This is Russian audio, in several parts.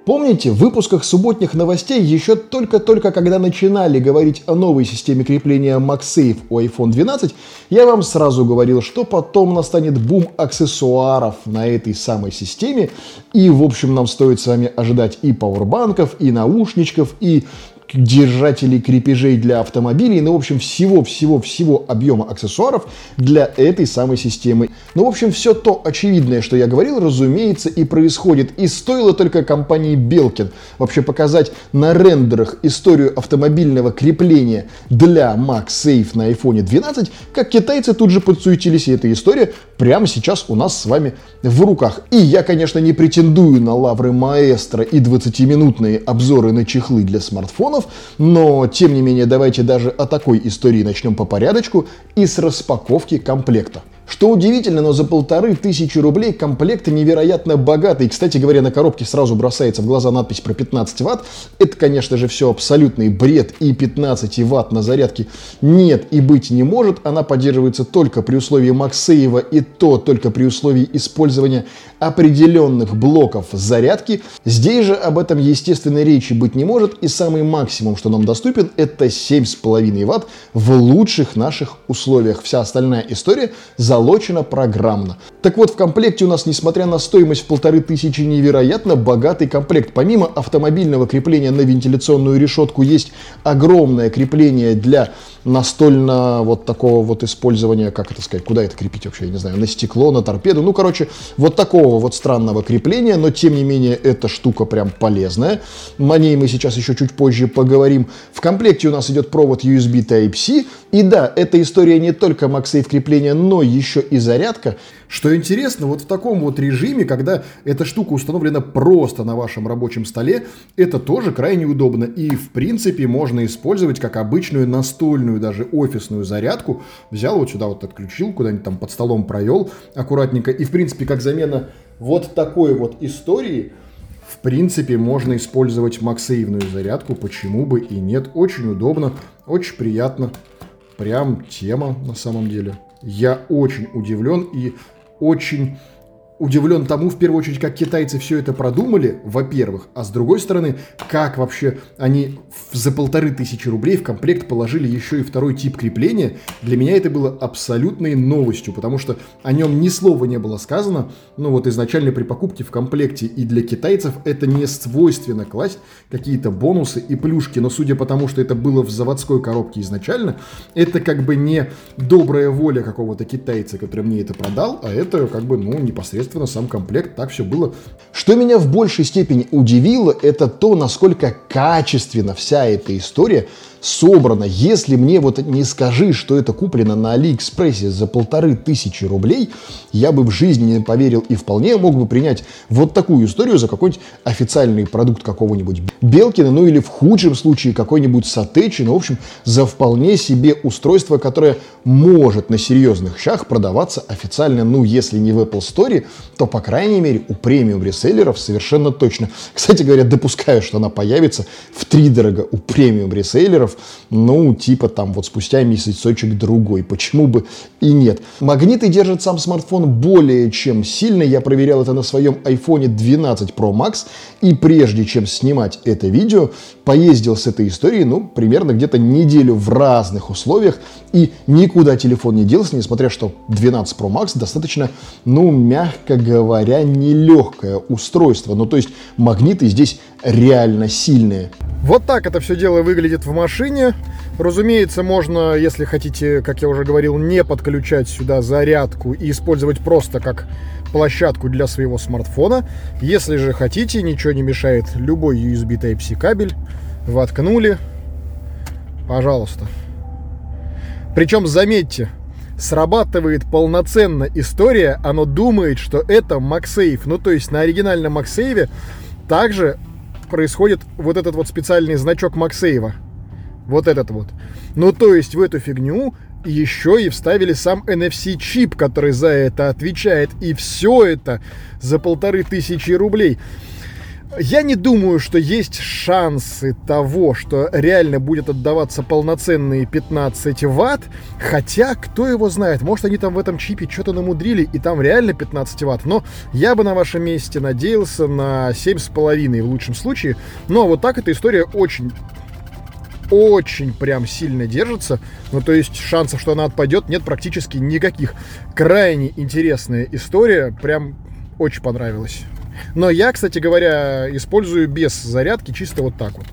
Помните, в выпусках субботних новостей еще только-только когда начинали говорить о новой системе крепления MagSafe у iPhone 12, я вам сразу говорил, что потом настанет бум аксессуаров на этой самой системе, и, в общем, нам стоит с вами ожидать и пауэрбанков, и наушничков, и держателей крепежей для автомобилей, ну, в общем, всего объема аксессуаров для этой самой системы. Ну, в общем, все то очевидное, что я говорил, разумеется, и происходит. И стоило только компании Belkin вообще показать на рендерах историю автомобильного крепления для MagSafe на iPhone 12, как китайцы тут же подсуетились, и эта история прямо сейчас у нас с вами в руках. И я, конечно, не претендую на лавры маэстро и 20-минутные обзоры на чехлы для смартфонов, но, тем не менее, давайте даже о такой истории начнем по порядочку и с распаковки комплекта. Что удивительно, но за 1500 рублей комплект невероятно богатый. Кстати говоря, на коробке сразу бросается в глаза надпись про 15 ватт. Это, конечно же, все абсолютный бред, и 15 ватт на зарядке нет и быть не может. Она поддерживается только при условии MagSafe, и то только при условии использования определенных блоков зарядки. Здесь же об этом, естественно, речи быть не может, и самый максимум, что нам доступен, это 7,5 ватт в лучших наших условиях. Вся остальная история залочена программно. Так вот, в комплекте у нас, несмотря на стоимость в 1500, невероятно богатый комплект. Помимо автомобильного крепления на вентиляционную решетку, есть огромное крепление для настольно вот такого вот использования, как это сказать, куда это крепить вообще, я не знаю, на стекло, на торпеду, ну, короче, вот такого вот странного крепления, но, тем не менее, эта штука прям полезная. О ней мы сейчас еще чуть позже поговорим. В комплекте у нас идет провод USB Type-C, и да, эта история не только MagSafe крепления, но еще и зарядка. Что интересно, вот в таком вот режиме, когда эта штука установлена просто на вашем рабочем столе, это тоже крайне удобно. И, в принципе, можно использовать как обычную настольную, даже офисную зарядку. Взял вот сюда вот отключил, куда-нибудь там под столом провел аккуратненько. И, в принципе, как замена вот такой вот истории, в принципе, можно использовать MagSafe-ную зарядку. Почему бы и нет? Очень удобно, очень приятно. Прям тема на самом деле. Я очень удивлен и очень удивлен тому, в первую очередь, как китайцы все это продумали, во-первых, а с другой стороны, как вообще они за 1500 рублей в комплект положили еще и второй тип крепления. Для меня это было абсолютной новостью, потому что о нем ни слова не было сказано, ну вот изначально при покупке в комплекте, и для китайцев это не свойственно класть какие-то бонусы и плюшки, но судя по тому, что это было в заводской коробке изначально, это как бы не добрая воля какого-то китайца, который мне это продал, а это как бы, ну, непосредственно сам комплект, так все было. Что меня в большей степени удивило, это то, насколько качественно вся эта история собрана. Если мне вот не скажи, что это куплено на Алиэкспрессе за 1500 рублей, я бы в жизни не поверил и вполне мог бы принять вот такую историю за какой-нибудь официальный продукт какого-нибудь Белкина, ну или в худшем случае какой-нибудь Satechi, ну в общем за вполне себе устройство, которое может на серьезных щах продаваться официально, ну если не в Apple Store, то по крайней мере у премиум реселлеров совершенно точно. Кстати говоря, допускаю, что она появится втридорога у премиум реселлеров, ну, типа там вот спустя месяцочек другой. Почему бы и нет. Магниты держит сам смартфон более чем сильно. Я проверял это на своем iPhone 12 Pro Max. И прежде чем снимать это видео, поездил с этой историей, ну, примерно где-то неделю в разных условиях. И никуда телефон не делся, несмотря что 12 Pro Max достаточно, ну, мягко говоря, нелегкое устройство. Ну, то есть магниты здесь реально сильные. Вот так это все дело выглядит в машине. Разумеется, можно, если хотите, как я уже говорил, не подключать сюда зарядку и использовать просто как площадку для своего смартфона. Если же хотите, ничего не мешает, любой USB Type-C кабель воткнули, пожалуйста. Причем, заметьте, срабатывает полноценно история, оно думает, что это MagSafe. Ну, то есть на оригинальном MagSafe также происходит вот этот вот специальный значок MagSafe. Вот этот вот. Ну, то есть в эту фигню еще и вставили сам NFC-чип, который за это отвечает. И все это за 1500 рублей. Я не думаю, что есть шансы того, что реально будет отдаваться полноценные 15 ватт, хотя, кто его знает, может они там в этом чипе что-то намудрили, и там реально 15 ватт, но я бы на вашем месте надеялся на 7,5 в лучшем случае, но вот так эта история очень прям сильно держится, ну то есть шансов, что она отпадет, нет практически никаких. Крайне интересная история, прям очень понравилась. Но я, кстати говоря, использую без зарядки, чисто вот так вот.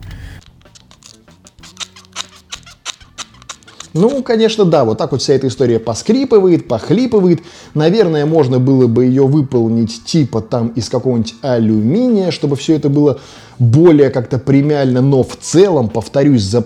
Ну, конечно, да, вот так вот вся эта история поскрипывает, похлипывает. Наверное, можно было бы ее выполнить типа там из какого-нибудь алюминия, чтобы все это было более как-то премиально, но в целом, повторюсь, за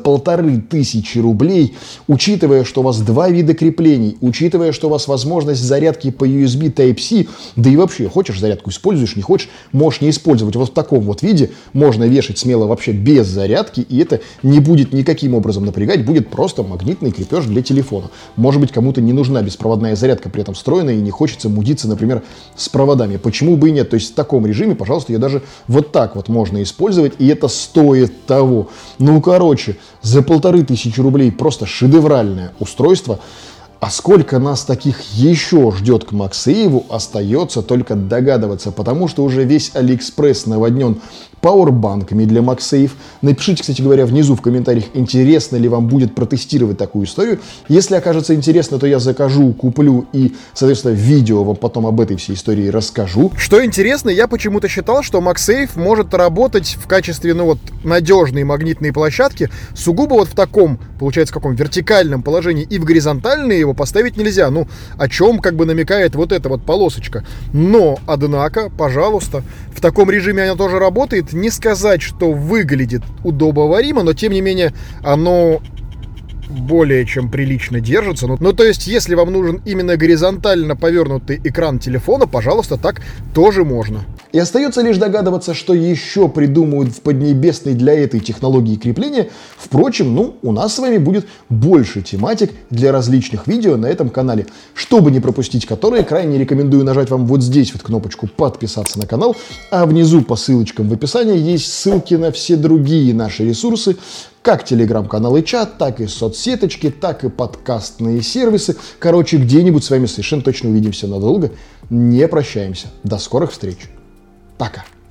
1500 рублей, учитывая, что у вас два вида креплений, учитывая, что у вас возможность зарядки по USB Type-C, да и вообще, хочешь зарядку используешь, не хочешь, можешь не использовать. Вот в таком вот виде можно вешать смело вообще без зарядки, и это не будет никаким образом напрягать, будет просто магнитный крепеж для телефона. Может быть, кому-то не нужна беспроводная зарядка при этом встроенная, и не хочется мудиться, например, с проводами. Почему бы и нет? То есть в таком режиме, пожалуйста, ее даже вот так вот можно использовать, и это стоит того. Ну, короче, за 1500 рублей просто шедевральное устройство. А сколько нас таких еще ждет к MagSafe, остается только догадываться, потому что уже весь AliExpress наводнен пауэрбанками для MagSafe. Напишите, кстати говоря, внизу в комментариях, интересно ли вам будет протестировать такую историю. Если окажется интересно, то я закажу, куплю и, соответственно, в видео вам потом об этой всей истории расскажу. Что интересно, я почему-то считал, что MagSafe может работать в качестве, ну вот, надежной магнитной площадки сугубо вот в таком, получается, каком вертикальном положении, и в горизонтальное его поставить нельзя. Ну, о чем как бы намекает вот эта вот полосочка. Но, однако, пожалуйста, в таком режиме она тоже работает. Не сказать, что выглядит удобоваримо, но тем не менее оно более чем прилично держится. Ну, то есть, если вам нужен именно горизонтально повернутый экран телефона, пожалуйста, так тоже можно. И остается лишь догадываться, что еще придумают в Поднебесной для этой технологии крепления. Впрочем, ну, у нас с вами будет больше тематик для различных видео на этом канале. Чтобы не пропустить которые, крайне рекомендую нажать вам вот здесь вот кнопочку «Подписаться на канал», а внизу по ссылочкам в описании есть ссылки на все другие наши ресурсы, как телеграм-канал и чат, так и соцсеточки, так и подкастные сервисы. Короче, где-нибудь с вами совершенно точно увидимся надолго. Не прощаемся. До скорых встреч. Пока.